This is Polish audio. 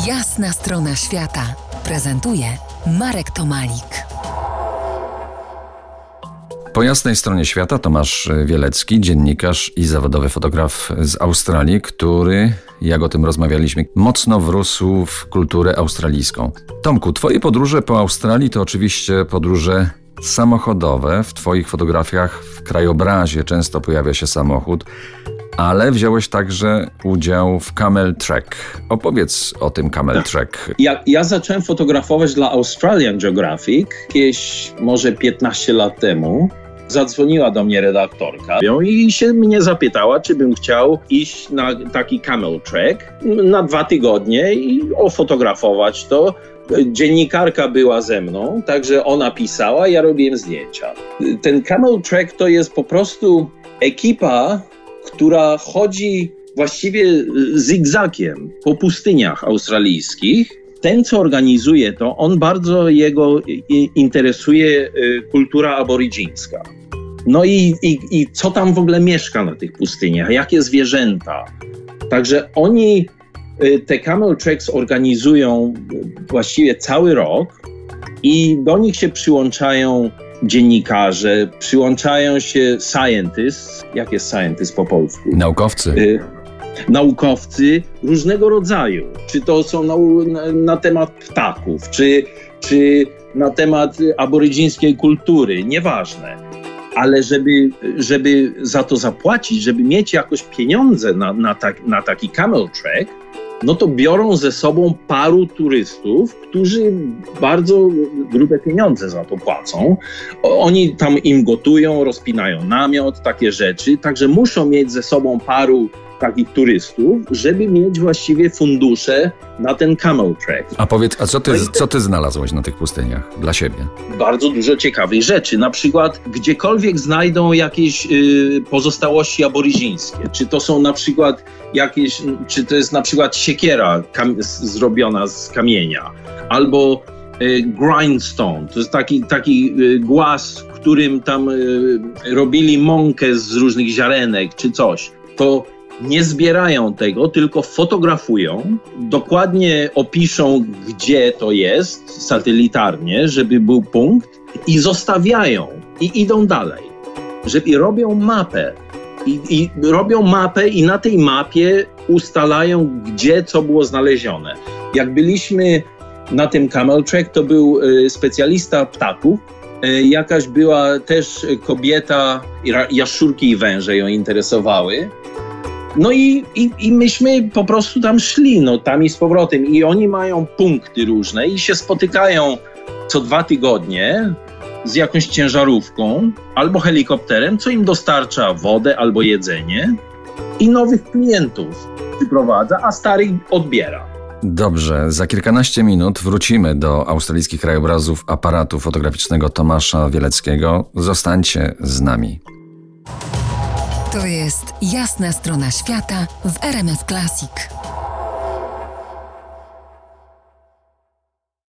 Jasna strona świata prezentuje Marek Tomalik. Po jasnej stronie świata Tomasz Wielecki, dziennikarz i zawodowy fotograf z Australii, który, jak o tym rozmawialiśmy, mocno wrósł w kulturę australijską. Tomku, twoje podróże po Australii to oczywiście podróże samochodowe. W twoich fotografiach w krajobrazie często pojawia się samochód, ale wziąłeś także udział w Camel Trek. Opowiedz o tym Camel Trek. Ja zacząłem fotografować dla Australian Geographic jakieś może 15 lat temu. Zadzwoniła do mnie redaktorka i się mnie zapytała, czy bym chciał iść na taki Camel Trek na 2 tygodnie i ofotografować to. Dziennikarka była ze mną, także ona pisała, ja robiłem zdjęcia. Ten Camel Trek to jest po prostu ekipa, która chodzi właściwie zigzagiem po pustyniach australijskich. Ten, co organizuje to, on bardzo jego interesuje kultura aborygińska. No i co tam w ogóle mieszka na tych pustyniach, jakie zwierzęta. Także oni te Camel Treks organizują właściwie cały rok i do nich się przyłączają dziennikarze, przyłączają się scientists. Jak jest scientist po polsku? Naukowcy. Naukowcy różnego rodzaju. Czy to są na temat ptaków, czy na temat aborygińskiej kultury, nieważne. Ale żeby za to zapłacić, żeby mieć jakoś pieniądze na taki Camel Trek, no to biorą ze sobą paru turystów, którzy bardzo grube pieniądze za to płacą. Oni tam im gotują, rozpinają namiot, takie rzeczy, także muszą mieć ze sobą paru takich turystów, żeby mieć właściwie fundusze na ten Camel Trek. A powiedz, co ty znalazłeś na tych pustyniach dla siebie? Bardzo dużo ciekawych rzeczy. Na przykład gdziekolwiek znajdą jakieś pozostałości aborygińskie. Czy to są na przykład czy to jest na przykład siekiera zrobiona z kamienia, albo grindstone, to jest taki głaz, którym tam robili mąkę z różnych ziarenek, czy coś. To nie zbierają tego, tylko fotografują, dokładnie opiszą, gdzie to jest satelitarnie, żeby był punkt i zostawiają i idą dalej. I robią mapę. I robią mapę i na tej mapie ustalają, gdzie co było znalezione. Jak byliśmy na tym Camel Trek, to był specjalista ptaków. Jakaś była też kobieta, jaszczurki i węże ją interesowały. No i myśmy po prostu tam szli, tam i z powrotem. I oni mają punkty różne i się spotykają co 2 tygodnie z jakąś ciężarówką albo helikopterem, co im dostarcza wodę albo jedzenie i nowych klientów przyprowadza, a starych odbiera. Dobrze, za kilkanaście minut wrócimy do australijskich krajobrazów aparatu fotograficznego Tomasza Wieleckiego. Zostańcie z nami. To jest Jasna strona świata w RMF Classic.